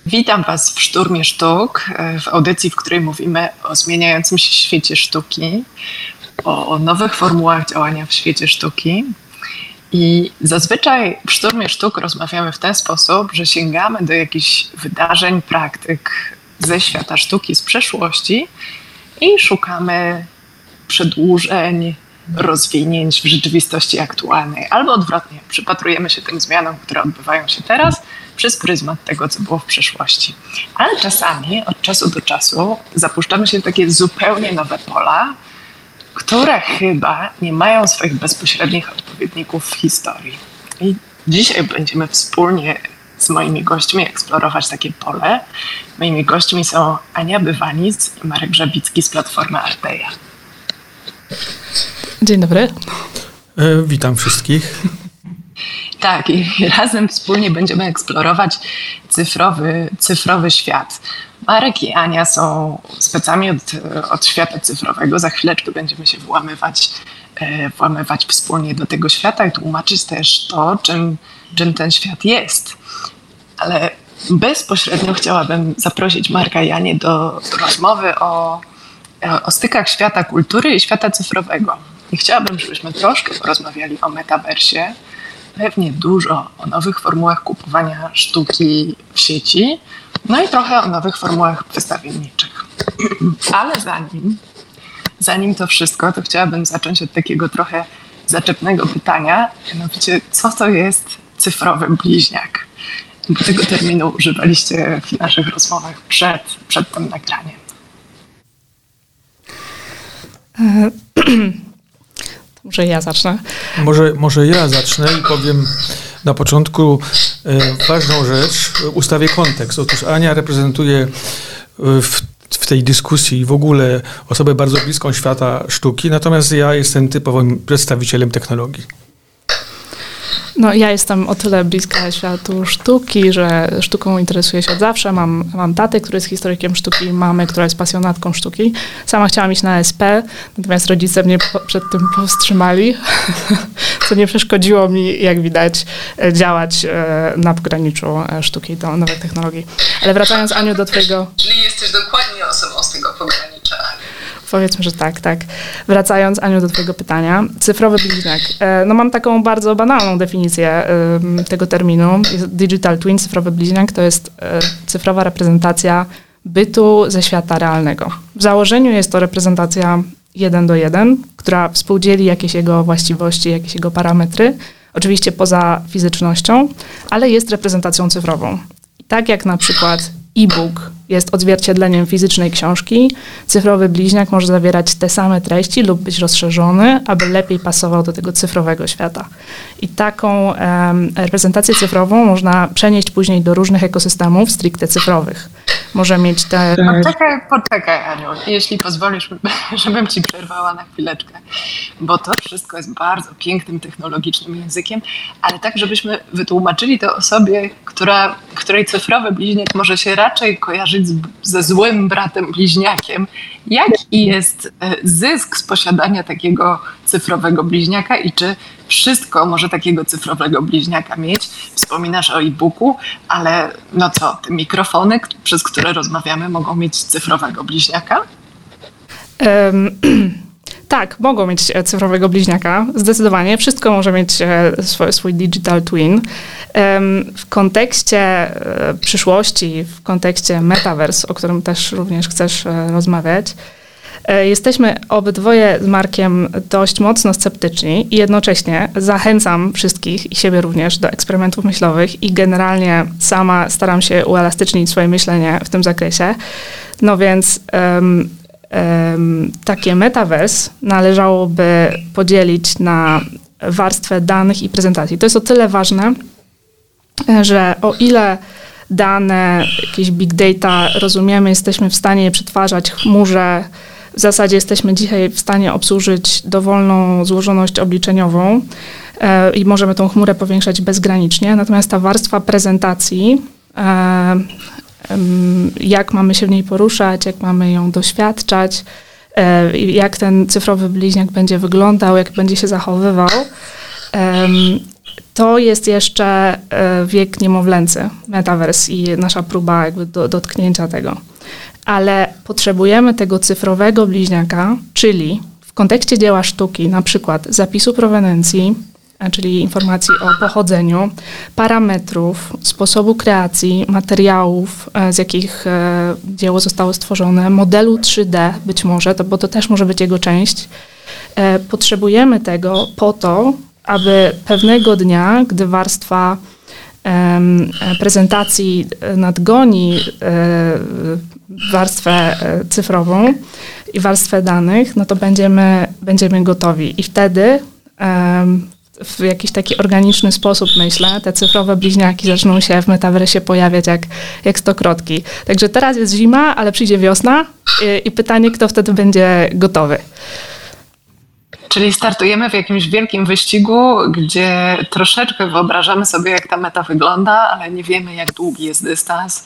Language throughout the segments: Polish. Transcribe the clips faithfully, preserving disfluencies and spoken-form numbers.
Witam Was w Szturmie Sztuk, w audycji, w której mówimy o zmieniającym się świecie sztuki, o, o nowych formułach działania w świecie sztuki. I zazwyczaj w Szturmie Sztuk rozmawiamy w ten sposób, że sięgamy do jakichś wydarzeń, praktyk ze świata sztuki z przeszłości i szukamy przedłużeń, rozwinięć w rzeczywistości aktualnej. Albo odwrotnie, przypatrujemy się tym zmianom, które odbywają się teraz przez pryzmat tego, co było w przeszłości. Ale czasami, od czasu do czasu, zapuszczamy się w takie zupełnie nowe pola, które chyba nie mają swoich bezpośrednich odpowiedników w historii. I dzisiaj będziemy wspólnie z moimi gośćmi eksplorować takie pole. Moimi gośćmi są Ania Bywanic i Marek Żabicki z Platformy Arteja. Dzień dobry. E, witam wszystkich. Tak, i razem wspólnie będziemy eksplorować cyfrowy, cyfrowy świat. Marek i Ania są specami od, od świata cyfrowego. Za chwileczkę będziemy się włamywać, e, włamywać wspólnie do tego świata i tłumaczyć też to, czym, czym ten świat jest. Ale bezpośrednio chciałabym zaprosić Marka i Anię do, do rozmowy o, o stykach świata kultury i świata cyfrowego. I chciałabym, żebyśmy troszkę porozmawiali o metaversie, pewnie dużo o nowych formułach kupowania sztuki w sieci, no i trochę o nowych formułach wystawienniczych. Ale zanim, zanim to wszystko, to chciałabym zacząć od takiego trochę zaczepnego pytania, mianowicie co to jest cyfrowy bliźniak? Bo tego terminu używaliście w naszych rozmowach przed, przed tym nagraniem. Może ja zacznę. Może, może ja zacznę i powiem na początku e, ważną rzecz. Ustawię kontekst. Otóż Ania reprezentuje w, w tej dyskusji w ogóle osobę bardzo bliską świata sztuki, natomiast ja jestem typowym przedstawicielem technologii. No, ja jestem o tyle bliska światu sztuki, że sztuką interesuję się od zawsze. Mam, mam tatę, który jest historykiem sztuki, mamę, która jest pasjonatką sztuki. Sama chciałam iść na S P, natomiast rodzice mnie po, przed tym powstrzymali, co nie przeszkodziło mi, jak widać, działać na pograniczu sztuki do nowych technologii. Ale wracając, Aniu, do twojego... Czyli jesteś dokładnie osobą z tego pogranicza. Powiedzmy, że tak, tak. Wracając, Aniu, do twojego pytania. Cyfrowy bliźniak. No mam taką bardzo banalną definicję y, tego terminu. Digital twin, cyfrowy bliźniak, to jest y, cyfrowa reprezentacja bytu ze świata realnego. W założeniu jest to reprezentacja jeden do jeden, która współdzieli jakieś jego właściwości, jakieś jego parametry, oczywiście poza fizycznością, ale jest reprezentacją cyfrową. I tak jak na przykład e-book jest odzwierciedleniem fizycznej książki, cyfrowy bliźniak może zawierać te same treści lub być rozszerzony, aby lepiej pasował do tego cyfrowego świata. I taką um, reprezentację cyfrową można przenieść później do różnych ekosystemów stricte cyfrowych. Może mieć te... Poczekaj, poczekaj, Aniu, jeśli pozwolisz, żebym ci przerwała na chwileczkę, bo to wszystko jest bardzo pięknym, technologicznym językiem, ale tak, żebyśmy wytłumaczyli to osobie, która, której cyfrowy bliźniak może się raczej kojarzyć z, ze złym bratem bliźniakiem. Jaki jest zysk z posiadania takiego cyfrowego bliźniaka i czy wszystko może takiego cyfrowego bliźniaka mieć? Wspominasz o e-booku, ale no co, te mikrofony, przez które rozmawiamy, mogą mieć cyfrowego bliźniaka? Um. Tak, mogą mieć cyfrowego bliźniaka, zdecydowanie. Wszystko może mieć swój, swój digital twin. W kontekście przyszłości, w kontekście metaverse, o którym też również chcesz rozmawiać, jesteśmy obydwoje z Markiem dość mocno sceptyczni i jednocześnie zachęcam wszystkich i siebie również do eksperymentów myślowych i generalnie sama staram się uelastycznić swoje myślenie w tym zakresie. No więc... Um, Um, takie metaverse należałoby podzielić na warstwę danych i prezentacji. To jest o tyle ważne, że o ile dane, jakieś big data rozumiemy, jesteśmy w stanie je przetwarzać w chmurze, w zasadzie jesteśmy dzisiaj w stanie obsłużyć dowolną złożoność obliczeniową e, i możemy tą chmurę powiększać bezgranicznie, natomiast ta warstwa prezentacji e, jak mamy się w niej poruszać, jak mamy ją doświadczać, jak ten cyfrowy bliźniak będzie wyglądał, jak będzie się zachowywał. to jest jeszcze wiek niemowlęcy, metaverse i nasza próba jakby do, dotknięcia tego. Ale potrzebujemy tego cyfrowego bliźniaka, czyli w kontekście dzieła sztuki, na przykład zapisu proweniencji, czyli informacji o pochodzeniu, parametrów, sposobu kreacji, materiałów, z jakich dzieło zostało stworzone, modelu trzy D być może, to, bo to też może być jego część. Potrzebujemy tego po to, aby pewnego dnia, gdy warstwa um, prezentacji nadgoni um, warstwę cyfrową i warstwę danych, no to będziemy, będziemy gotowi. I wtedy um, w jakiś taki organiczny sposób, myślę, te cyfrowe bliźniaki zaczną się w metaversie pojawiać jak, jak stokrotki. Także teraz jest zima, ale przyjdzie wiosna i, i pytanie, kto wtedy będzie gotowy. Czyli startujemy w jakimś wielkim wyścigu, gdzie troszeczkę wyobrażamy sobie, jak ta meta wygląda, ale nie wiemy, jak długi jest dystans.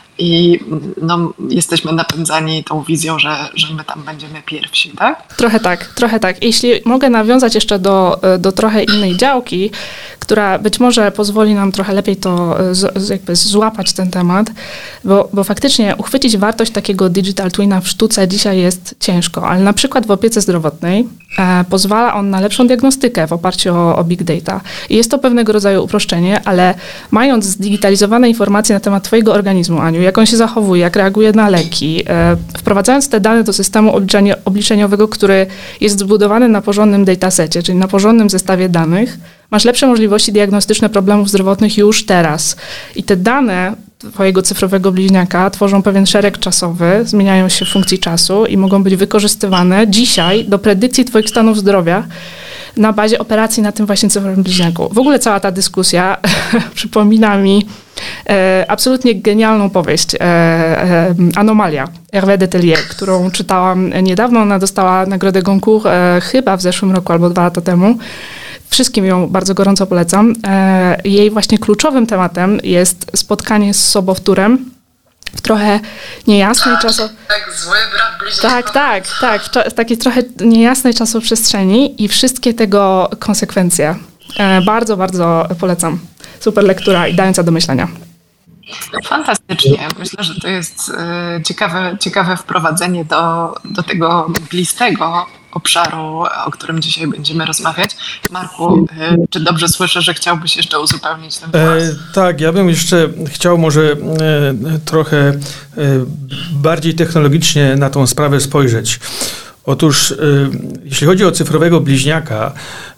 I no, jesteśmy napędzani tą wizją, że, że my tam będziemy pierwsi, tak? Trochę tak, trochę tak. Jeśli mogę nawiązać jeszcze do, do trochę innej działki, która być może pozwoli nam trochę lepiej to z, jakby złapać ten temat, bo, bo faktycznie uchwycić wartość takiego digital twina w sztuce dzisiaj jest ciężko, ale na przykład w opiece zdrowotnej e, pozwala on na lepszą diagnostykę w oparciu o, o big data. I jest to pewnego rodzaju uproszczenie, ale mając zdigitalizowane informacje na temat twojego organizmu, Aniu, jak on się zachowuje, jak reaguje na leki, e, wprowadzając te dane do systemu obliczeniowego, który jest zbudowany na porządnym datasecie, czyli na porządnym zestawie danych, masz lepsze możliwości diagnostyczne problemów zdrowotnych już teraz. I te dane twojego cyfrowego bliźniaka tworzą pewien szereg czasowy, zmieniają się w funkcji czasu i mogą być wykorzystywane dzisiaj do predykcji twoich stanów zdrowia na bazie operacji na tym właśnie cyfrowym bliźniaku. W ogóle cała ta dyskusja przypomina mi e, absolutnie genialną powieść e, e, Anomalia Hervé Dethelier, którą czytałam niedawno. Ona dostała nagrodę Goncourt e, chyba w zeszłym roku albo dwa lata temu. Wszystkim ją bardzo gorąco polecam. E, jej właśnie kluczowym tematem jest spotkanie z sobowtórem w trochę niejasnej czaso... Tak, zły brat bliźniakowy. Tak, tak, tak. W, cza- w takiej trochę niejasnej czasoprzestrzeni i wszystkie tego konsekwencje. E, bardzo, bardzo polecam. Super lektura i dająca do myślenia. Fantastycznie. Myślę, że to jest e, ciekawe, ciekawe wprowadzenie do, do tego mglistego obszaru, o którym dzisiaj będziemy rozmawiać. Marku, e, czy dobrze słyszę, że chciałbyś jeszcze uzupełnić ten temat? E, tak, ja bym jeszcze chciał może e, trochę e, bardziej technologicznie na tą sprawę spojrzeć. Otóż, jeśli chodzi o cyfrowego bliźniaka,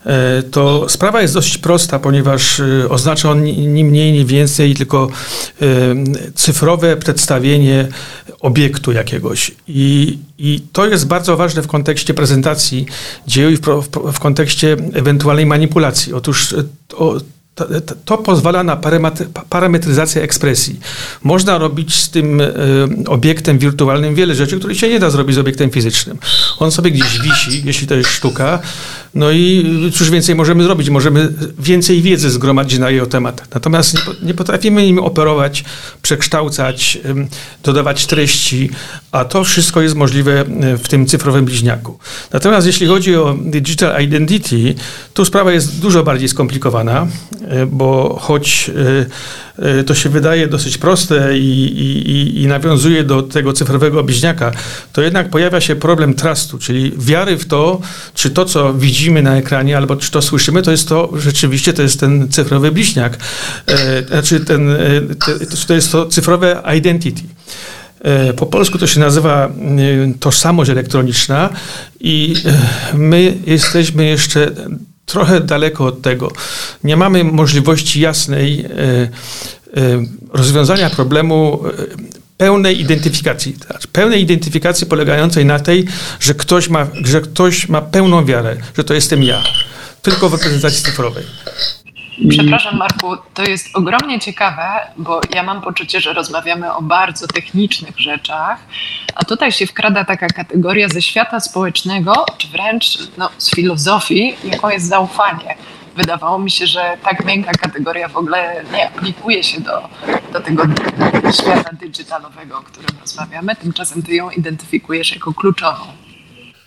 to sprawa jest dość prosta, ponieważ oznacza on ni mniej, ni więcej, tylko cyfrowe przedstawienie obiektu jakiegoś. I, i to jest bardzo ważne w kontekście prezentacji dzieł i w, w, w kontekście ewentualnej manipulacji. Otóż o, To, to pozwala na parametryzację ekspresji. Można robić z tym y, obiektem wirtualnym wiele rzeczy, których się nie da zrobić z obiektem fizycznym. On sobie gdzieś wisi, jeśli to jest sztuka, no i cóż więcej możemy zrobić? Możemy więcej wiedzy zgromadzić na jego temat. Natomiast nie, nie potrafimy nim operować, przekształcać, y, dodawać treści, a to wszystko jest możliwe w tym cyfrowym bliźniaku. Natomiast jeśli chodzi o digital identity, tu sprawa jest dużo bardziej skomplikowana, bo choć to się wydaje dosyć proste i, i, i nawiązuje do tego cyfrowego bliźniaka, to jednak pojawia się problem trustu, czyli wiary w to, czy to, co widzimy na ekranie, albo czy to słyszymy, to jest to, rzeczywiście to jest ten cyfrowy bliźniak. Znaczy ten, to jest to cyfrowe identity. Po polsku to się nazywa tożsamość elektroniczna i my jesteśmy jeszcze trochę daleko od tego. Nie mamy możliwości jasnej e, e, rozwiązania problemu e, pełnej identyfikacji. Znaczy, pełnej identyfikacji polegającej na tej, że ktoś ma, że ktoś ma pełną wiarę, że to jestem ja. Tylko w reprezentacji cyfrowej. Przepraszam, Marku, to jest ogromnie ciekawe, bo ja mam poczucie, że rozmawiamy o bardzo technicznych rzeczach, a tutaj się wkrada taka kategoria ze świata społecznego, czy wręcz no, z filozofii, jaką jest zaufanie. Wydawało mi się, że tak miękka kategoria w ogóle nie aplikuje się do, do tego świata digitalowego, o którym rozmawiamy, tymczasem ty ją identyfikujesz jako kluczową.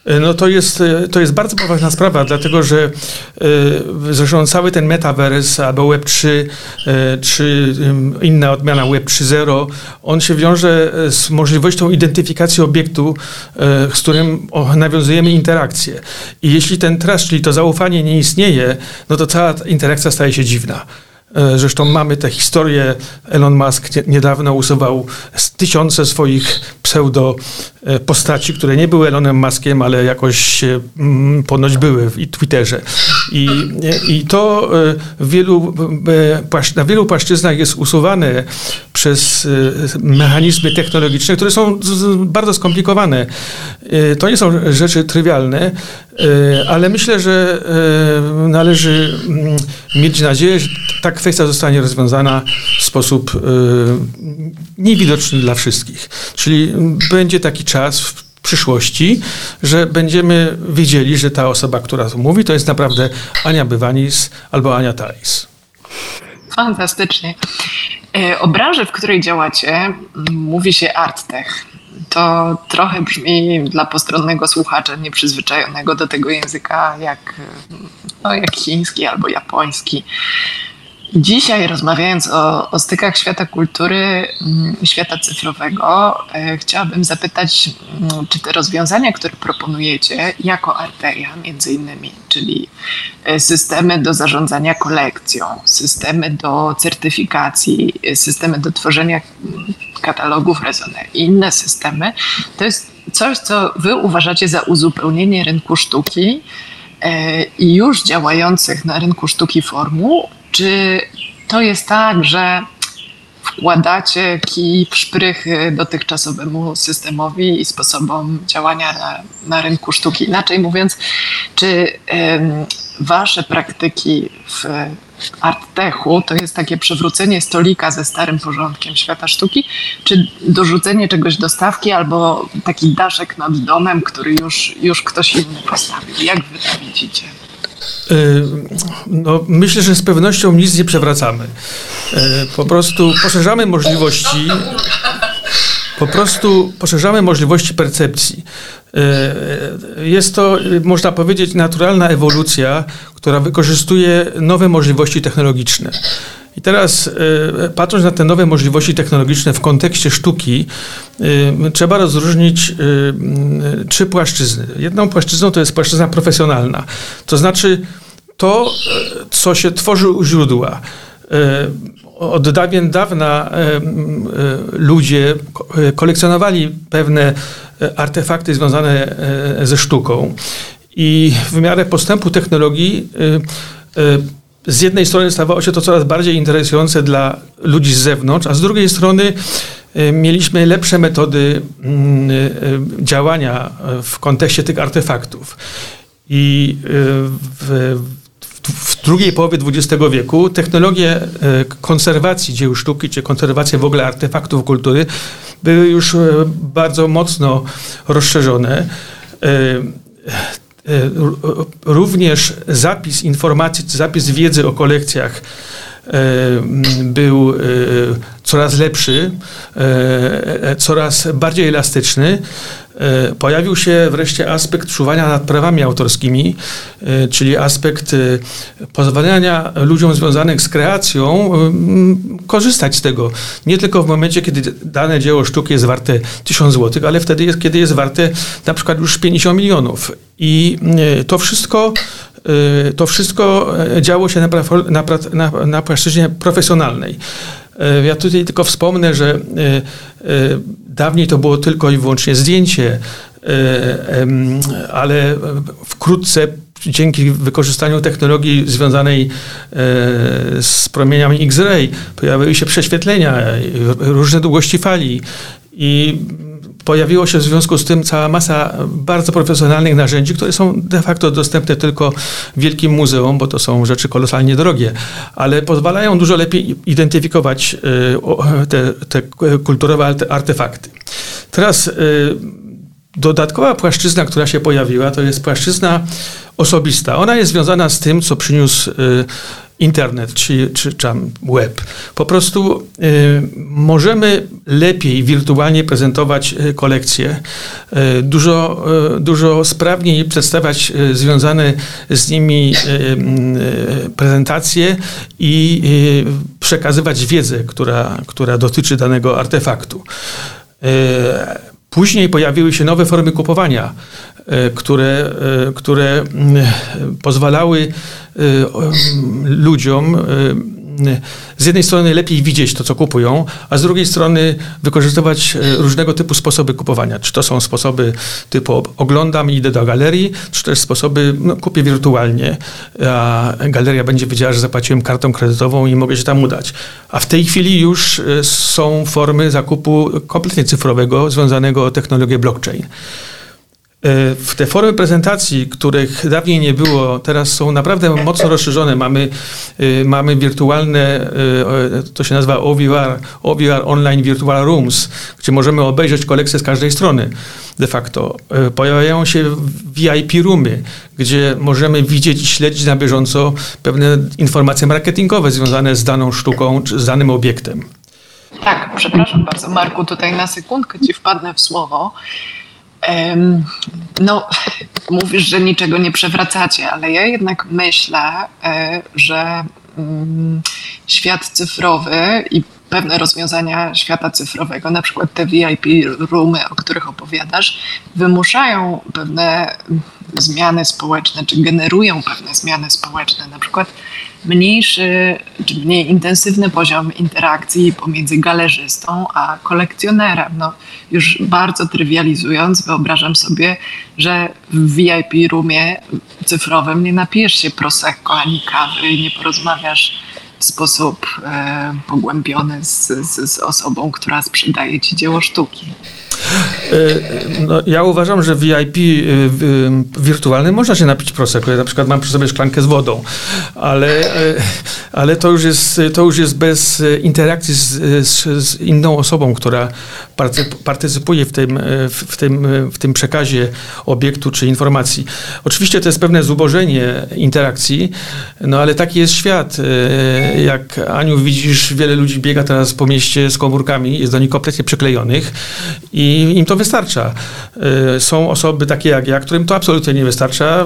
No to jest, to jest bardzo poważna sprawa, dlatego że zresztą cały ten metaverse albo web trzy czy inna odmiana web trzy zero, on się wiąże z możliwością identyfikacji obiektu, z którym nawiązujemy interakcję. I jeśli ten trust, czyli to zaufanie nie istnieje, no to cała interakcja staje się dziwna. Zresztą mamy tę historię, Elon Musk niedawno usuwał tysiące swoich pseudo postaci, które nie były Elonem Muskiem, ale jakoś mm, ponoć były w Twitterze. I, i to w wielu, na wielu płaszczyznach jest usuwane przez mechanizmy technologiczne, które są bardzo skomplikowane. To nie są rzeczy trywialne, ale myślę, że należy mieć nadzieję, że ta kwestia zostanie rozwiązana w sposób niewidoczny dla wszystkich. Czyli będzie taki czas w przyszłości, że będziemy wiedzieli, że ta osoba, która to mówi, to jest naprawdę Ania Bywanis albo Ania Thalis. Fantastycznie. O branży, w której działacie, mówi się arttech. To trochę brzmi dla postronnego słuchacza nieprzyzwyczajonego do tego języka jak, no, jak chiński albo japoński. Dzisiaj, rozmawiając o, o stykach świata kultury i świata cyfrowego, e, chciałabym zapytać, m, czy te rozwiązania, które proponujecie jako Arteria między innymi, czyli systemy do zarządzania kolekcją, systemy do certyfikacji, systemy do tworzenia katalogów Raisonner i inne systemy, to jest coś, co wy uważacie za uzupełnienie rynku sztuki e, i już działających na rynku sztuki formuł. Czy to jest tak, że wkładacie kij w szprychy dotychczasowemu systemowi i sposobom działania na, na rynku sztuki? Inaczej mówiąc, czy um, wasze praktyki w arttechu to jest takie przewrócenie stolika ze starym porządkiem świata sztuki, czy dorzucenie czegoś do stawki albo taki daszek nad domem, który już, już ktoś inny postawił? Jak wy to widzicie? No, myślę, że z pewnością nic nie przewracamy. Po prostu poszerzamy możliwości, po prostu poszerzamy możliwości percepcji. Jest to, można powiedzieć, naturalna ewolucja, która wykorzystuje nowe możliwości technologiczne. I teraz, patrząc na te nowe możliwości technologiczne w kontekście sztuki, trzeba rozróżnić trzy płaszczyzny. Jedną płaszczyzną to jest płaszczyzna profesjonalna. To znaczy to, co się tworzy u źródła. Od dawien dawna ludzie kolekcjonowali pewne artefakty związane ze sztuką i w miarę postępu technologii z jednej strony stawało się to coraz bardziej interesujące dla ludzi z zewnątrz, a z drugiej strony mieliśmy lepsze metody działania w kontekście tych artefaktów. I w, w drugiej połowie dwudziestego wieku technologie konserwacji dzieł sztuki, czy konserwacji w ogóle artefaktów kultury były już bardzo mocno rozszerzone. Również zapis informacji, zapis wiedzy o kolekcjach był coraz lepszy, coraz bardziej elastyczny. Pojawił się wreszcie aspekt czuwania nad prawami autorskimi, czyli aspekt pozwalania ludziom związanych z kreacją korzystać z tego. Nie tylko w momencie, kiedy dane dzieło sztuki jest warte tysiąc złotych, ale wtedy, jest, kiedy jest warte na przykład już pięćdziesiąt milionów. I to wszystko To wszystko działo się na, na, na, na płaszczyźnie profesjonalnej. Ja tutaj tylko wspomnę, że dawniej to było tylko i wyłącznie zdjęcie, ale wkrótce dzięki wykorzystaniu technologii związanej z promieniami X-ray pojawiły się prześwietlenia, różne długości fali i pojawiło się w związku z tym cała masa bardzo profesjonalnych narzędzi, które są de facto dostępne tylko w wielkim muzeum, bo to są rzeczy kolosalnie drogie, ale pozwalają dużo lepiej identyfikować te, te kulturowe artefakty. Teraz dodatkowa płaszczyzna, która się pojawiła, to jest płaszczyzna osobista. Ona jest związana z tym, co przyniósł internet czy, czy tam web. Po prostu y, możemy lepiej wirtualnie prezentować kolekcje, y, dużo, y, dużo sprawniej przedstawiać y, związane z nimi y, y, prezentacje i y, przekazywać wiedzę, która, która dotyczy danego artefaktu. Y, Później pojawiły się nowe formy kupowania, które, które pozwalały ludziom z jednej strony lepiej widzieć to, co kupują, a z drugiej strony wykorzystywać różnego typu sposoby kupowania. Czy to są sposoby typu oglądam i idę do galerii, czy też sposoby no, kupię wirtualnie, a galeria będzie wiedziała, że zapłaciłem kartą kredytową i mogę się tam udać. A w tej chwili już są formy zakupu kompletnie cyfrowego, związanego z technologią blockchain. W te formy prezentacji, których dawniej nie było, teraz są naprawdę mocno rozszerzone. Mamy, mamy wirtualne, to się nazywa O V R, O V R Online Virtual Rooms, gdzie możemy obejrzeć kolekcję z każdej strony de facto. Pojawiają się V I P roomy, gdzie możemy widzieć i śledzić na bieżąco pewne informacje marketingowe związane z daną sztuką czy z danym obiektem. Tak, przepraszam bardzo, Marku, tutaj na sekundkę ci wpadnę w słowo. No, mówisz, że niczego nie przewracacie, ale ja jednak myślę, że świat cyfrowy i pewne rozwiązania świata cyfrowego, na przykład te V I P roomy, o których opowiadasz, wymuszają pewne zmiany społeczne, czy generują pewne zmiany społeczne, na przykład mniejszy czy mniej intensywny poziom interakcji pomiędzy galerzystą a kolekcjonerem. No, już bardzo trywializując, wyobrażam sobie, że w V I P roomie cyfrowym nie napijesz się prosecco ani kawy i nie porozmawiasz w sposób e, pogłębiony z, z, z osobą, która sprzedaje ci dzieło sztuki. No, ja uważam, że V I P wirtualnym można się napić prosecco. Ja na przykład mam przy sobie szklankę z wodą, ale, ale to już jest, to już jest bez interakcji z, z, z inną osobą, która partycypuje w tym, w, tym, w tym przekazie obiektu czy informacji. Oczywiście to jest pewne zubożenie interakcji, no ale taki jest świat. Jak Aniu widzisz, wiele ludzi biega teraz po mieście z komórkami, jest do nich kompletnie przyklejonych i im to wystarcza. Są osoby takie jak ja, którym to absolutnie nie wystarcza.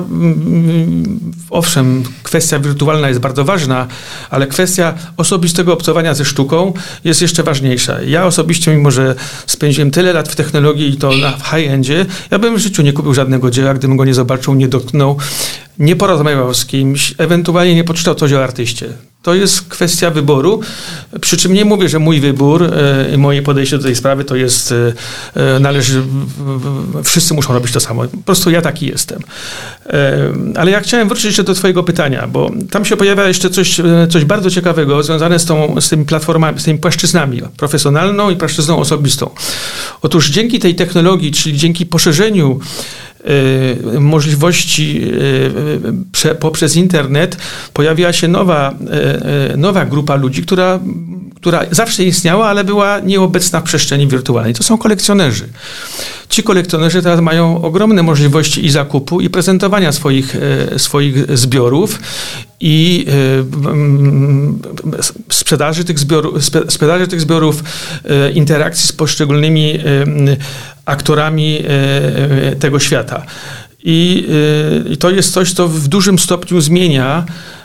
Owszem, kwestia wirtualna jest bardzo ważna, ale kwestia osobistego obcowania ze sztuką jest jeszcze ważniejsza. Ja osobiście, mimo że spędziłem tyle lat w technologii i to na high-endzie, ja bym w życiu nie kupił żadnego dzieła, gdybym go nie zobaczył, nie dotknął, nie porozmawiał z kimś, ewentualnie nie poczytał coś o artyście. To jest kwestia wyboru, przy czym nie mówię, że mój wybór i e, moje podejście do tej sprawy to jest, e, należy, e, wszyscy muszą robić to samo. Po prostu ja taki jestem. E, ale ja chciałem wrócić jeszcze do twojego pytania, bo tam się pojawia jeszcze coś, coś bardzo ciekawego związane z, tą, z tymi platformami, z tymi płaszczyznami, profesjonalną i płaszczyzną osobistą. Otóż dzięki tej technologii, czyli dzięki poszerzeniu możliwości prze, poprzez internet pojawiła się nowa, nowa grupa ludzi, która, która zawsze istniała, ale była nieobecna w przestrzeni wirtualnej. To są kolekcjonerzy. Ci kolekcjonerzy teraz mają ogromne możliwości i zakupu, i prezentowania swoich, swoich zbiorów i sprzedaży tych zbiorów, sprzedaży tych zbiorów, interakcji z poszczególnymi aktorami tego świata. I, i to jest coś, co w dużym stopniu zmienia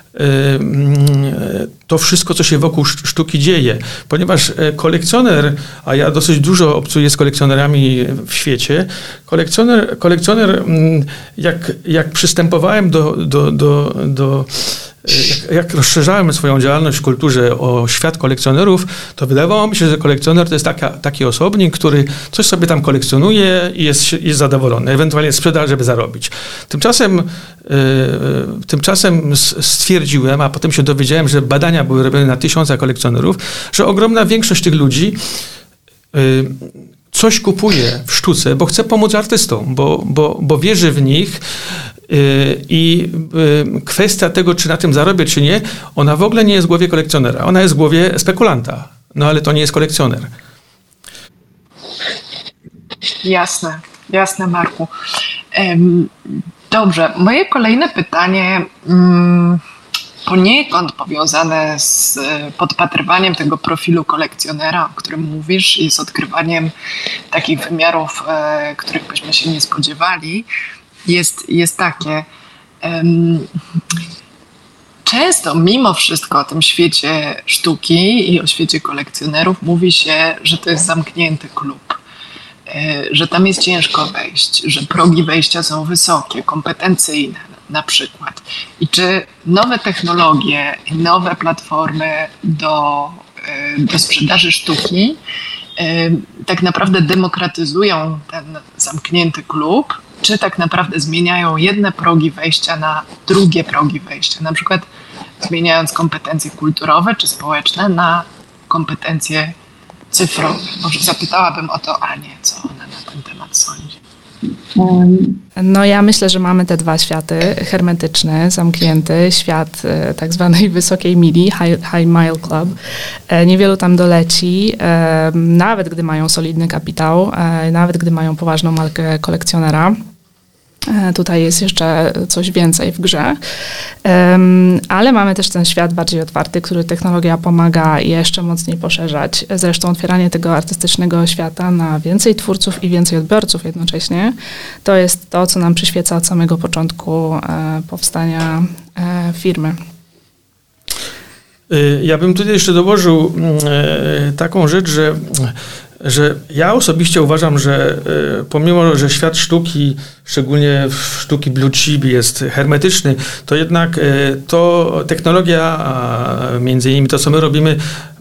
to wszystko, co się wokół sztuki dzieje. Ponieważ kolekcjoner, a ja dosyć dużo obcuję z kolekcjonerami w świecie, kolekcjoner, kolekcjoner jak, jak przystępowałem do, do, do, do Jak, jak rozszerzałem swoją działalność w kulturze o świat kolekcjonerów, to wydawało mi się, że kolekcjoner to jest taka, taki osobnik, który coś sobie tam kolekcjonuje i jest, jest zadowolony, ewentualnie sprzeda, żeby zarobić. Tymczasem, yy, tymczasem stwierdziłem, a potem się dowiedziałem, że badania były robione na tysiącach kolekcjonerów, że ogromna większość tych ludzi yy, coś kupuje w sztuce, bo chce pomóc artystom, bo, bo, bo wierzy w nich. I kwestia tego, czy na tym zarobię, czy nie, ona w ogóle nie jest w głowie kolekcjonera. Ona jest w głowie spekulanta. No ale to nie jest kolekcjoner. Jasne, jasne, Marku. Dobrze, moje kolejne pytanie poniekąd powiązane z podpatrywaniem tego profilu kolekcjonera, o którym mówisz, i z odkrywaniem takich wymiarów, których byśmy się nie spodziewali, jest, jest takie. Często mimo wszystko o tym świecie sztuki i o świecie kolekcjonerów mówi się, że to jest zamknięty klub, że tam jest ciężko wejść, że progi wejścia są wysokie, kompetencyjne na przykład. I czy nowe technologie i nowe platformy do, do sprzedaży sztuki tak naprawdę demokratyzują ten zamknięty klub, czy tak naprawdę zmieniają jedne progi wejścia na drugie progi wejścia, na przykład zmieniając kompetencje kulturowe czy społeczne na kompetencje cyfrowe. Może zapytałabym o to Anię, co ona na ten temat sądzi. No ja myślę, że mamy te dwa światy, hermetyczny, zamknięty, świat tak zwanej wysokiej mili, high, high mile club. Niewielu tam doleci, nawet gdy mają solidny kapitał, nawet gdy mają poważną markę kolekcjonera. Tutaj jest jeszcze coś więcej w grze, ale mamy też ten świat bardziej otwarty, który technologia pomaga jeszcze mocniej poszerzać. Zresztą otwieranie tego artystycznego świata na więcej twórców i więcej odbiorców jednocześnie, to jest to, co nam przyświeca od samego początku powstania firmy. Ja bym tutaj jeszcze dołożył taką rzecz, że że ja osobiście uważam, że pomimo, że świat sztuki, szczególnie sztuki blue chip jest hermetyczny, to jednak to technologia, między innymi to, co my robimy,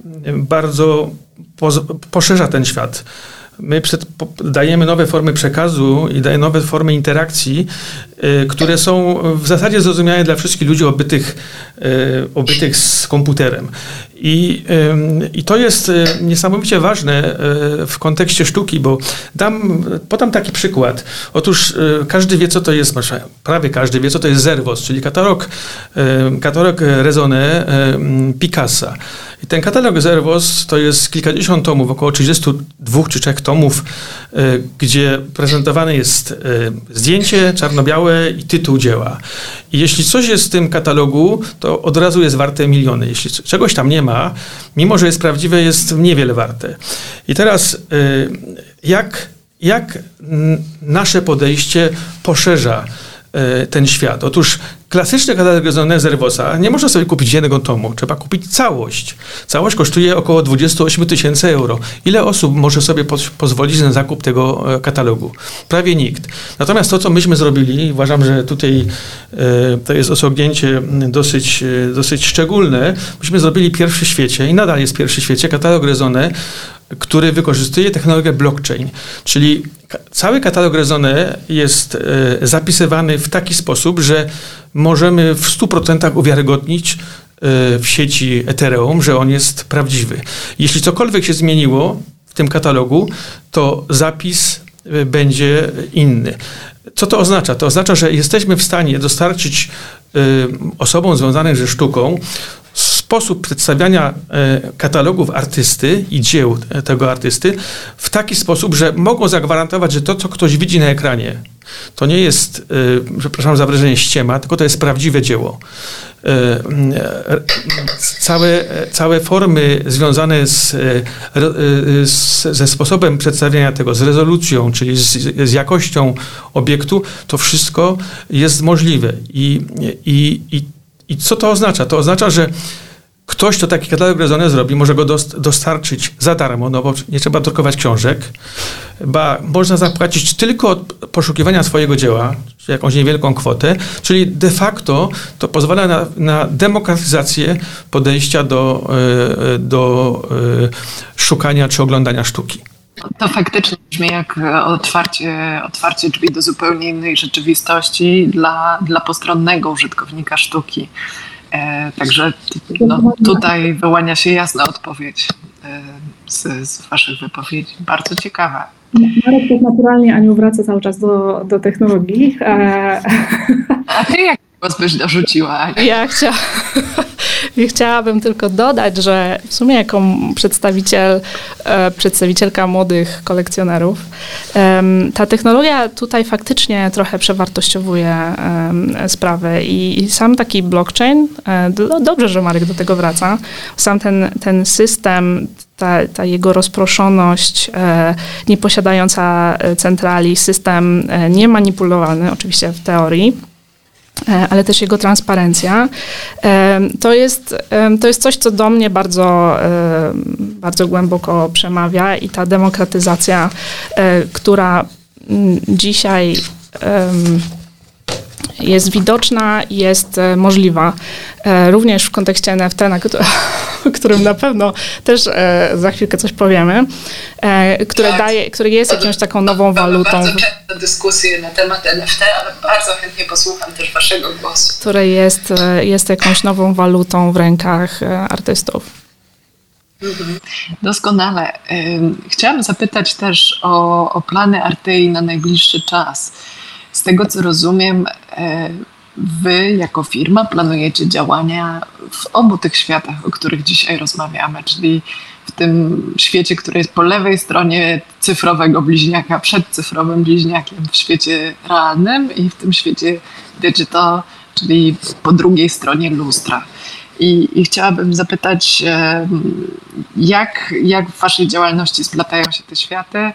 bardzo poszerza ten świat. My przed, dajemy nowe formy przekazu i dajemy nowe formy interakcji, y, które są w zasadzie zrozumiałe dla wszystkich ludzi obytych, y, obytych z komputerem. I, y, I to jest y, niesamowicie ważne y, w kontekście sztuki, bo dam, podam taki przykład. Otóż y, każdy wie, co to jest, prawie każdy wie, co to jest Zervos, czyli katalog, y, katalog Raisonné y, Picassa. I ten katalog Zervos to jest kilkadziesiąt tomów, około trzydziestu dwóch czy trzech tomów, y, gdzie prezentowane jest y, zdjęcie czarno-białe i tytuł dzieła. I jeśli coś jest w tym katalogu, to od razu jest warte miliony. Jeśli czegoś tam nie ma, mimo że jest prawdziwe, jest niewiele warte. I teraz y, jak, jak nasze podejście poszerza ten świat? Otóż klasyczny katalog Raisonné Zervosa nie można sobie kupić jednego tomu, trzeba kupić całość. Całość kosztuje około dwadzieścia osiem tysięcy euro. Ile osób może sobie po, pozwolić na zakup tego katalogu? Prawie nikt. Natomiast to, co myśmy zrobili, uważam, że tutaj e, to jest osiągnięcie dosyć, dosyć szczególne. Myśmy zrobili pierwszy w świecie i nadal jest pierwszy w świecie katalog Raisonné, który wykorzystuje technologię blockchain, czyli cały katalog Raisonné jest e, zapisywany w taki sposób, że możemy w stu procentach uwiarygodnić e, w sieci Ethereum, że on jest prawdziwy. Jeśli cokolwiek się zmieniło w tym katalogu, to zapis e, będzie inny. Co to oznacza? To oznacza, że jesteśmy w stanie dostarczyć e, osobom związanym ze sztuką sposób przedstawiania katalogów artysty i dzieł tego artysty w taki sposób, że mogą zagwarantować, że to, co ktoś widzi na ekranie, to nie jest, przepraszam za wrażenie, ściema, tylko to jest prawdziwe dzieło. Całe, całe formy związane z, z, ze sposobem przedstawiania tego, z rezolucją, czyli z, z jakością obiektu, to wszystko jest możliwe. I, i, i, i co to oznacza? To oznacza, że ktoś, kto taki katalog Raisonné zrobi, może go dostarczyć za darmo, no bo nie trzeba drukować książek, ba, można zapłacić tylko od poszukiwania swojego dzieła, jakąś niewielką kwotę, czyli de facto to pozwala na, na demokratyzację podejścia do, do szukania czy oglądania sztuki. To faktycznie brzmi jak otwarcie, otwarcie drzwi do zupełnie innej rzeczywistości dla, dla postronnego użytkownika sztuki. E, także no, tutaj wyłania się jasna odpowiedź e, z, z waszych wypowiedzi. Bardzo ciekawa. Marek tak naturalnie, Aniu, wraca cały czas do, do technologii. E... A ty jak głos byś dorzuciła, Aniu? Ja, chcia... I chciałabym tylko dodać, że w sumie jako przedstawiciel, przedstawicielka młodych kolekcjonerów, ta technologia tutaj faktycznie trochę przewartościowuje sprawę i sam taki blockchain, dobrze, że Marek do tego wraca, sam ten, ten system, ta, ta jego rozproszoność, nieposiadająca centrali, system niemanipulowalny, oczywiście w teorii, ale też jego transparencja. To jest, to jest coś, co do mnie bardzo, bardzo głęboko przemawia i ta demokratyzacja, która dzisiaj jest widoczna i jest możliwa. Również w kontekście N F T, na o którym na pewno też za chwilkę coś powiemy, które, tak. daje, które jest jakąś taką nową walutą. Bardzo często dyskusje na temat N F T, ale bardzo chętnie posłucham też waszego głosu. Które jest, jest jakąś nową walutą w rękach artystów. Mhm. Doskonale. Chciałam zapytać też o, o plany Artei na najbliższy czas. Z tego, co rozumiem, wy jako firma planujecie działania w obu tych światach, o których dzisiaj rozmawiamy, czyli w tym świecie, który jest po lewej stronie cyfrowego bliźniaka, przed cyfrowym bliźniakiem, w świecie realnym i w tym świecie digital, czyli po drugiej stronie lustra. I, i chciałabym zapytać, jak, jak w waszej działalności splatają się te światy,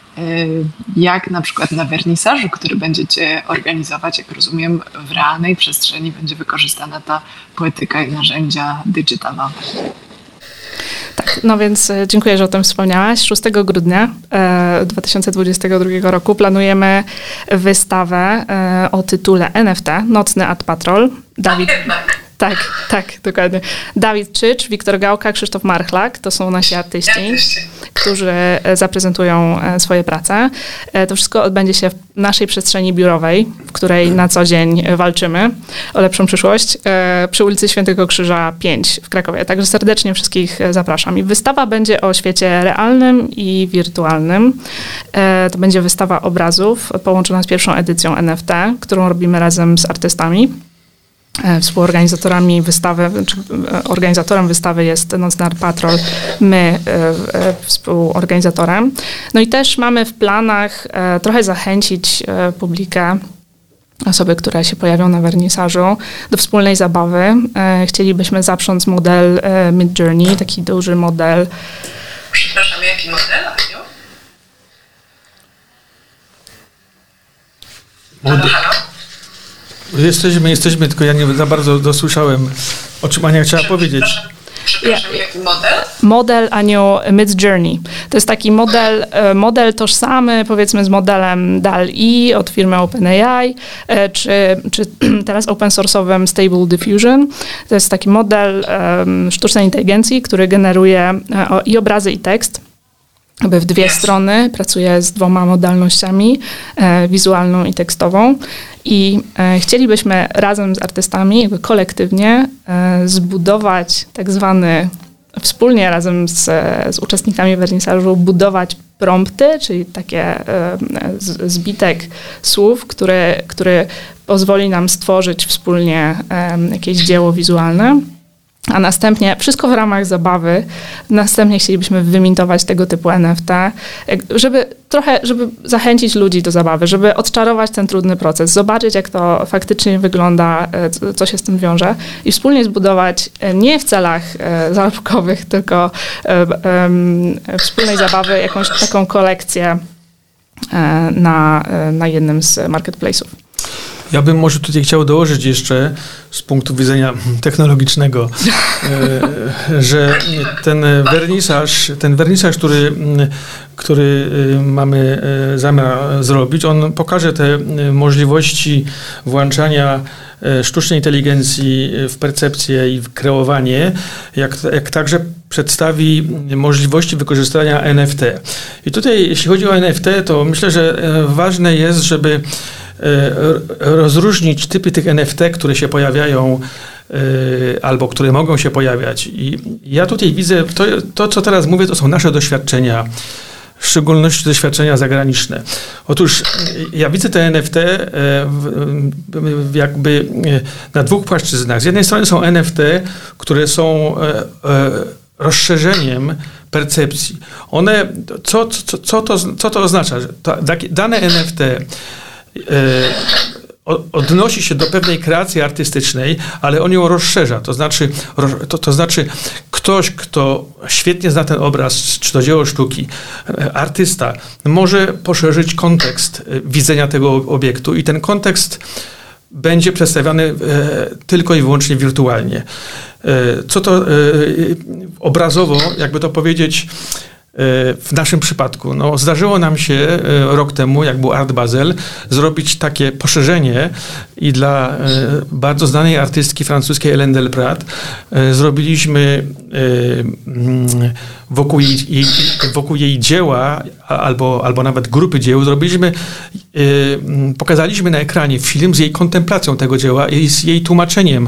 jak na przykład na wernisażu, który będziecie organizować, jak rozumiem, w realnej przestrzeni będzie wykorzystana ta poetyka i narzędzia digitalowe. Tak, no więc dziękuję, że o tym wspomniałaś. szóstego grudnia dwa tysiące dwudziestego drugiego roku planujemy wystawę o tytule N F T, Nocny Art Patrol. Dawid... Tak, tak, dokładnie. Dawid Czycz, Wiktor Gałka, Krzysztof Marchlak, to są nasi artyści, którzy zaprezentują swoje prace. To wszystko odbędzie się w naszej przestrzeni biurowej, w której na co dzień walczymy o lepszą przyszłość, przy ulicy Świętego Krzyża pięć w Krakowie. Także serdecznie wszystkich zapraszam. I wystawa będzie o świecie realnym i wirtualnym. To będzie wystawa obrazów połączona z pierwszą edycją N F T, którą robimy razem z artystami. Współorganizatorami wystawy, czy organizatorem wystawy jest Nocny Art Patrol, my współorganizatorem. No i też mamy w planach trochę zachęcić publikę, osoby, które się pojawią na wernisażu, do wspólnej zabawy. Chcielibyśmy zaprząc model Midjourney, taki duży model. Przepraszam, jaki model? Model. Jesteśmy, jesteśmy, tylko ja nie za bardzo dosłyszałem, o czym Ania chciała powiedzieć. Przepraszam, yeah. Jaki model? Model Aniu Midjourney. To jest taki model, model tożsamy, powiedzmy, z modelem D A L L-E od firmy OpenAI, czy, czy teraz open source'owym Stable Diffusion. To jest taki model um, sztucznej inteligencji, który generuje o, i obrazy, i tekst. Jakby w dwie yes. strony, pracuje z dwoma modalnościami, e, wizualną i tekstową. I e, chcielibyśmy razem z artystami, jakby kolektywnie e, zbudować tak zwany, wspólnie razem z, z uczestnikami wernisażu, budować prompty, czyli takie e, z, zbitek słów, który, który pozwoli nam stworzyć wspólnie e, jakieś dzieło wizualne. A następnie, wszystko w ramach zabawy, następnie chcielibyśmy wymintować tego typu N F T, żeby trochę, żeby zachęcić ludzi do zabawy, żeby odczarować ten trudny proces, zobaczyć, jak to faktycznie wygląda, co się z tym wiąże i wspólnie zbudować nie w celach zarobkowych, tylko wspólnej zabawy jakąś taką kolekcję na, na jednym z marketplace'ów. Ja bym może tutaj chciał dołożyć jeszcze z punktu widzenia technologicznego, że ten wernisaż, ten wernisaż, który, który mamy zamiar zrobić, on pokaże te możliwości włączania sztucznej inteligencji w percepcję i w kreowanie, jak, jak także przedstawi możliwości wykorzystania N F T. I tutaj, jeśli chodzi o N F T, to myślę, że ważne jest, żeby rozróżnić typy tych N F T, które się pojawiają albo które mogą się pojawiać. I ja tutaj widzę, to, to co teraz mówię, to są nasze doświadczenia w szczególności doświadczenia zagraniczne. Otóż ja widzę te N F T jakby na dwóch płaszczyznach. Z jednej strony są N F T, które są rozszerzeniem percepcji. One, co, co, co, to, co to oznacza? Dane N F T odnosi się do pewnej kreacji artystycznej, ale on ją rozszerza. To znaczy, to, to znaczy ktoś, kto świetnie zna ten obraz, czy to dzieło sztuki, artysta, może poszerzyć kontekst widzenia tego obiektu i ten kontekst będzie przedstawiany e, tylko i wyłącznie wirtualnie. E, co to e, obrazowo, jakby to powiedzieć, w naszym przypadku. No, zdarzyło nam się rok temu, jak był Art Basel, zrobić takie poszerzenie i dla bardzo znanej artystki francuskiej Hélène Delprat zrobiliśmy wokół jej, jej, wokół jej dzieła albo, albo nawet grupy dzieł, zrobiliśmy, pokazaliśmy na ekranie film z jej kontemplacją tego dzieła i z jej tłumaczeniem,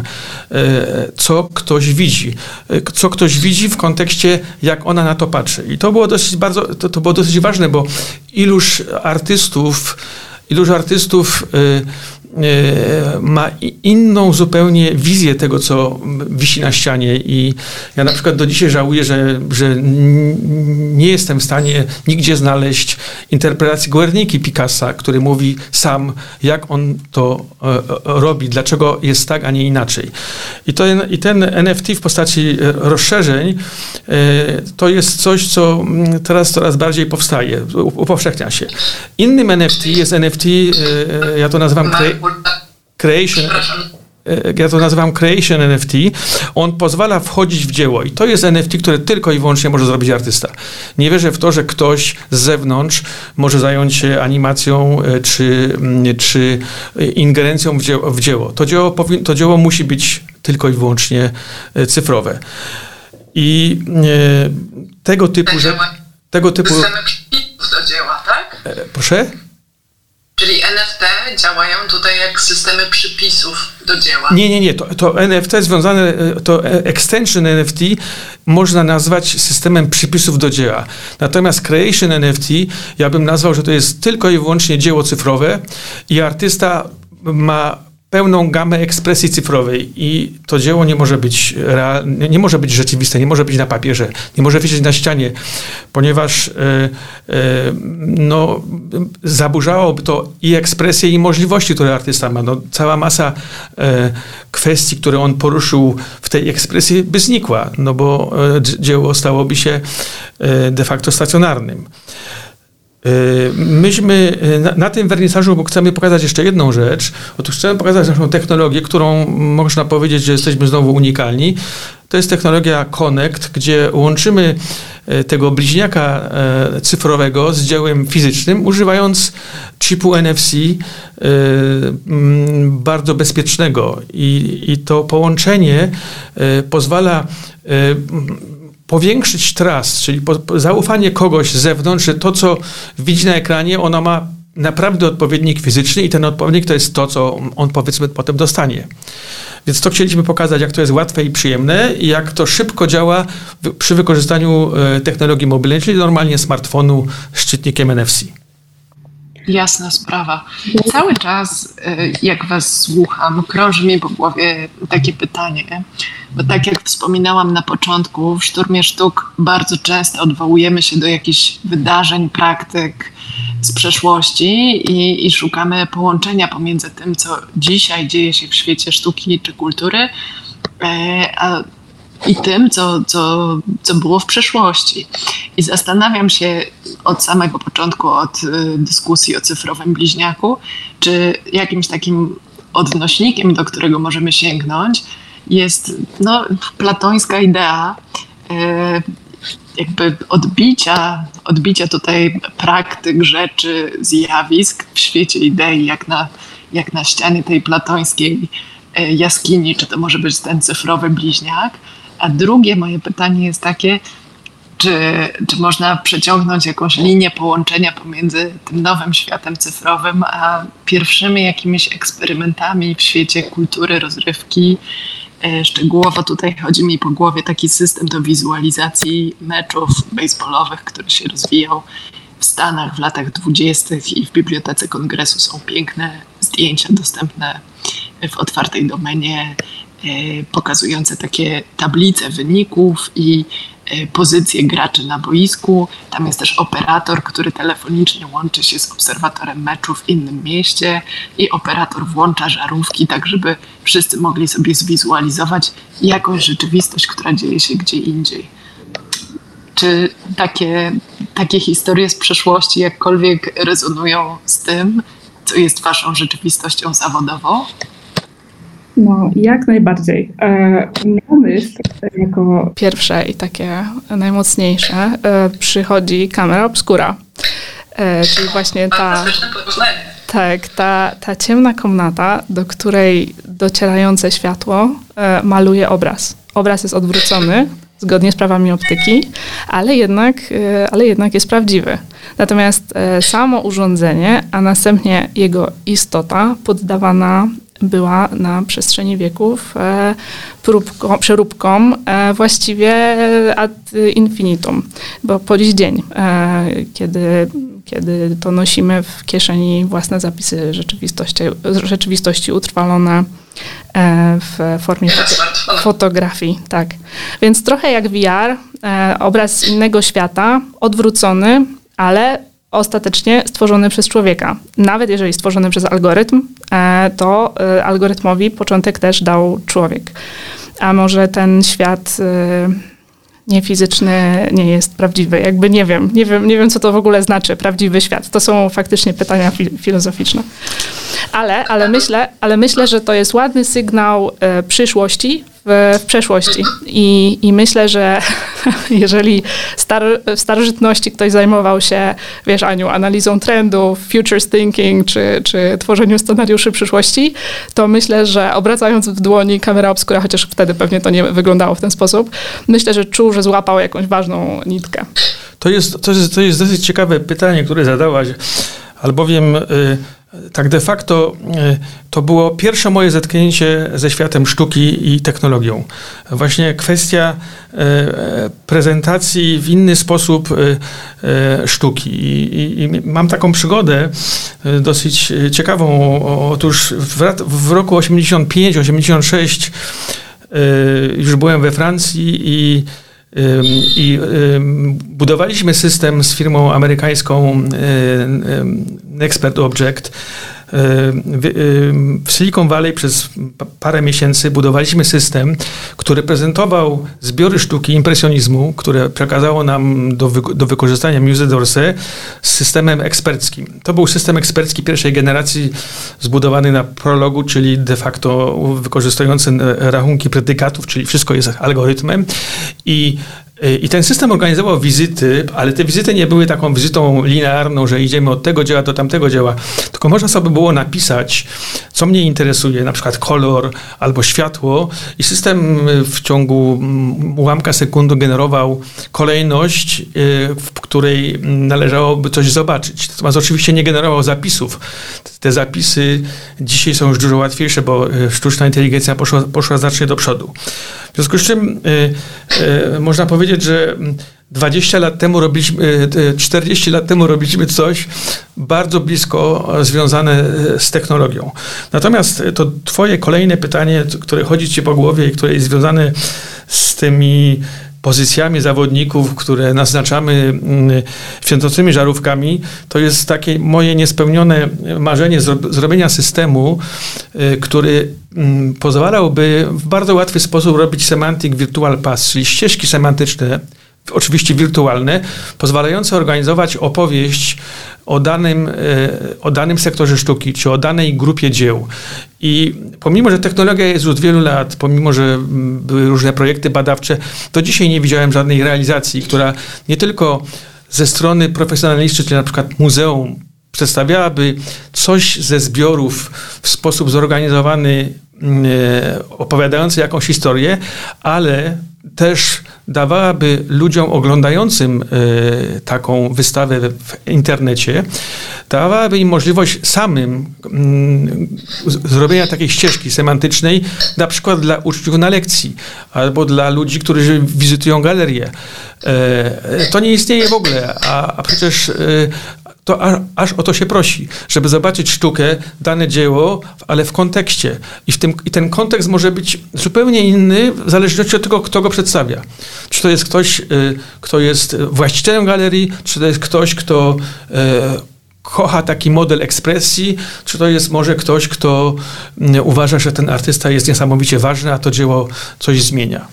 co ktoś widzi. Co ktoś widzi w kontekście, jak ona na to patrzy. I to było dosyć bardzo, to, to było dosyć ważne, bo iluż artystów, iluż artystów y, y, ma inną zupełnie wizję tego, co wisi na ścianie i ja na przykład do dzisiaj żałuję, że, że nie jestem w stanie nigdzie znaleźć interpretacji Guerniki Picassa, który mówi sam, jak on to y, robi, dlaczego jest tak, a nie inaczej. I, to, i ten N F T w postaci rozszerzeń y, to jest coś, co teraz coraz bardziej powstaje, upowszechnia się. Innym N F T jest N F T, y, ja to nazywam cre- Creation, ja to nazywam Creation N F T. On pozwala wchodzić w dzieło i to jest N F T, które tylko i wyłącznie może zrobić artysta. Nie wierzę w to, że ktoś z zewnątrz może zająć się animacją czy, czy ingerencją w dzieło. W dzieło. To, dzieło powin- to dzieło musi być tylko i wyłącznie cyfrowe. I e, tego typu... Że, tego typu systemy przypisów do dzieła, tak? E, proszę? Czyli N F T działają tutaj jak systemy przypisów do dzieła. Nie, nie, nie. To, to N F T związane, to extension N F T można nazwać systemem przypisów do dzieła. Natomiast creation N F T ja bym nazwał, że to jest tylko i wyłącznie dzieło cyfrowe i artysta ma pełną gamę ekspresji cyfrowej i to dzieło nie może być real, nie może być rzeczywiste, nie może być na papierze, nie może wisieć na ścianie, ponieważ e, e, no, zaburzałoby to i ekspresję, i możliwości, które artysta ma. No, cała masa e, kwestii, które on poruszył w tej ekspresji by znikła, no bo e, dzieło stałoby się e, de facto stacjonarnym. Myśmy na, na tym wernisażu chcemy pokazać jeszcze jedną rzecz. Otóż chcemy pokazać naszą technologię, którą można powiedzieć, że jesteśmy znowu unikalni. To jest technologia Connect, gdzie łączymy tego bliźniaka cyfrowego z dziełem fizycznym, używając chipu N F C bardzo bezpiecznego. I, i to połączenie pozwala powiększyć trust, czyli po, po zaufanie kogoś z zewnątrz, że to, co widzi na ekranie, ono ma naprawdę odpowiednik fizyczny i ten odpowiednik to jest to, co on powiedzmy potem dostanie. Więc to chcieliśmy pokazać, jak to jest łatwe i przyjemne i jak to szybko działa w, przy wykorzystaniu e, technologii mobilnej, czyli normalnie smartfonu z czytnikiem N F C. Jasna sprawa. Cały czas, jak was słucham, krąży mi po głowie takie pytanie, bo tak jak wspominałam na początku, w Szturmie Sztuk bardzo często odwołujemy się do jakichś wydarzeń, praktyk z przeszłości i, i szukamy połączenia pomiędzy tym, co dzisiaj dzieje się w świecie sztuki czy kultury, a i tym, co, co, co było w przeszłości. I zastanawiam się od samego początku, od y, dyskusji o cyfrowym bliźniaku, czy jakimś takim odnośnikiem, do którego możemy sięgnąć, jest no, platońska idea y, jakby odbicia, odbicia tutaj praktyk, rzeczy, zjawisk w świecie idei, jak na, jak na ścianie tej platońskiej y, jaskini, czy to może być ten cyfrowy bliźniak. A drugie moje pytanie jest takie, czy, czy można przeciągnąć jakąś linię połączenia pomiędzy tym nowym światem cyfrowym, a pierwszymi jakimiś eksperymentami w świecie kultury, rozrywki. Szczegółowo tutaj chodzi mi po głowie taki system do wizualizacji meczów baseballowych, który się rozwijał w Stanach w latach dwudziestych i w Bibliotece Kongresu są piękne zdjęcia dostępne w otwartej domenie, pokazujące takie tablice wyników i pozycje graczy na boisku. Tam jest też operator, który telefonicznie łączy się z obserwatorem meczu w innym mieście i operator włącza żarówki, tak żeby wszyscy mogli sobie zwizualizować jakąś rzeczywistość, która dzieje się gdzie indziej. Czy takie, takie historie z przeszłości jakkolwiek rezonują z tym, co jest waszą rzeczywistością zawodową? No, jak najbardziej. E, na myśl jako pierwsze i takie najmocniejsze e, przychodzi kamera obscura, e, czyli właśnie ta, tak, ta, ta ciemna komnata, do której docierające światło e, maluje obraz. Obraz jest odwrócony, zgodnie z prawami optyki, ale jednak, e, ale jednak jest prawdziwy. Natomiast e, samo urządzenie, a następnie jego istota poddawana była na przestrzeni wieków e, próbką, przeróbką e, właściwie ad infinitum, bo po dziś dzień, e, kiedy, kiedy to nosimy w kieszeni własne zapisy rzeczywistości, rzeczywistości utrwalone e, w formie foto- fotografii. Tak. Więc trochę jak V R, e, obraz z innego świata, odwrócony, ale ostatecznie stworzony przez człowieka. Nawet jeżeli stworzony przez algorytm, to algorytmowi początek też dał człowiek. A może ten świat niefizyczny nie jest prawdziwy? Jakby nie wiem, nie wiem, nie wiem, co to w ogóle znaczy prawdziwy świat. To są faktycznie pytania fi- filozoficzne. Ale, ale, myślę, ale myślę, że to jest ładny sygnał e, przyszłości w, w przeszłości. I, I myślę, że jeżeli star, w starożytności ktoś zajmował się, wiesz, Aniu, analizą trendów, futures thinking, czy, czy tworzeniu scenariuszy przyszłości, to myślę, że obracając w dłoni kamera obscura, chociaż wtedy pewnie to nie wyglądało w ten sposób, myślę, że czuł, że złapał jakąś ważną nitkę. To jest, to jest, to jest dosyć ciekawe pytanie, które zadałaś, albowiem y, tak de facto y, to było pierwsze moje zetknięcie ze światem sztuki i technologią. Właśnie kwestia y, prezentacji w inny sposób y, y, sztuki. I, i mam taką przygodę y, dosyć ciekawą. Otóż w, lat, w roku osiemdziesiątym piątym osiemdziesiątym szóstym y, już byłem we Francji i I budowaliśmy system z firmą amerykańską Expert Object. W Silicon Valley przez parę miesięcy budowaliśmy system, który prezentował zbiory sztuki impresjonizmu, które przekazało nam do, wy- do wykorzystania Musée d'Orsay z systemem eksperckim. To był system ekspercki pierwszej generacji zbudowany na prologu, czyli de facto wykorzystujący rachunki predykatów, czyli wszystko jest algorytmem. I I ten system organizował wizyty, ale te wizyty nie były taką wizytą linearną, że idziemy od tego dzieła do tamtego dzieła, tylko można sobie było napisać, co mnie interesuje, na przykład kolor albo światło, i system w ciągu ułamka sekundy generował kolejność, w której należałoby coś zobaczyć. Natomiast oczywiście nie generował zapisów. Te zapisy dzisiaj są już dużo łatwiejsze, bo sztuczna inteligencja poszła, poszła znacznie do przodu. W związku z czym y, y, można powiedzieć, że dwadzieścia lat temu robiliśmy, czterdzieści lat temu robiliśmy coś bardzo blisko związane z technologią. Natomiast to twoje kolejne pytanie, które chodzi ci po głowie i które jest związane z tymi pozycjami zawodników, które naznaczamy święcącymi żarówkami, to jest takie moje niespełnione marzenie zro- zrobienia systemu, y, który y, pozwalałby w bardzo łatwy sposób robić semantic virtual path, czyli ścieżki semantyczne, oczywiście wirtualne, pozwalające organizować opowieść o danym, o danym sektorze sztuki, czy o danej grupie dzieł. I pomimo, że technologia jest już od wielu lat, pomimo, że były różne projekty badawcze, to dzisiaj nie widziałem żadnej realizacji, która nie tylko ze strony profesjonalistycznej, czyli na przykład muzeum, przedstawiałaby coś ze zbiorów w sposób zorganizowany, opowiadający jakąś historię, ale też dawałaby ludziom oglądającym y, taką wystawę w internecie, dawałaby im możliwość samym y, zrobienia takiej ścieżki semantycznej, na przykład dla uczniów na lekcji, albo dla ludzi, którzy wizytują galerię. Y, to nie istnieje w ogóle, a, a przecież y, to aż, aż o to się prosi, żeby zobaczyć sztukę, dane dzieło, ale w kontekście. I, w tym, I ten kontekst może być zupełnie inny w zależności od tego, kto go przedstawia. Czy to jest ktoś, y, kto jest właścicielem galerii, czy to jest ktoś, kto y, kocha taki model ekspresji, czy to jest może ktoś, kto y, uważa, że ten artysta jest niesamowicie ważny, a to dzieło coś zmienia.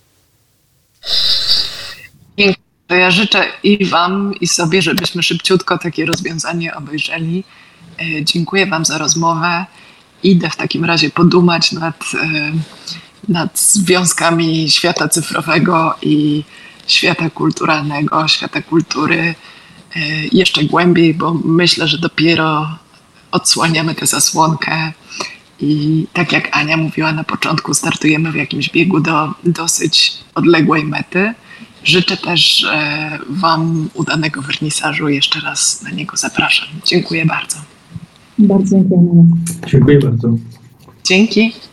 To ja życzę i wam, i sobie, żebyśmy szybciutko takie rozwiązanie obejrzeli. E, dziękuję wam za rozmowę. Idę w takim razie podumać nad, e, nad związkami świata cyfrowego i świata kulturalnego, świata kultury e, jeszcze głębiej, bo myślę, że dopiero odsłaniamy tę zasłonkę i tak jak Ania mówiła na początku, startujemy w jakimś biegu do dosyć odległej mety. Życzę też e, wam udanego wernisażu. Jeszcze raz na niego zapraszam. Dziękuję bardzo. Bardzo dziękujemy. Dziękuję bardzo. Dzięki.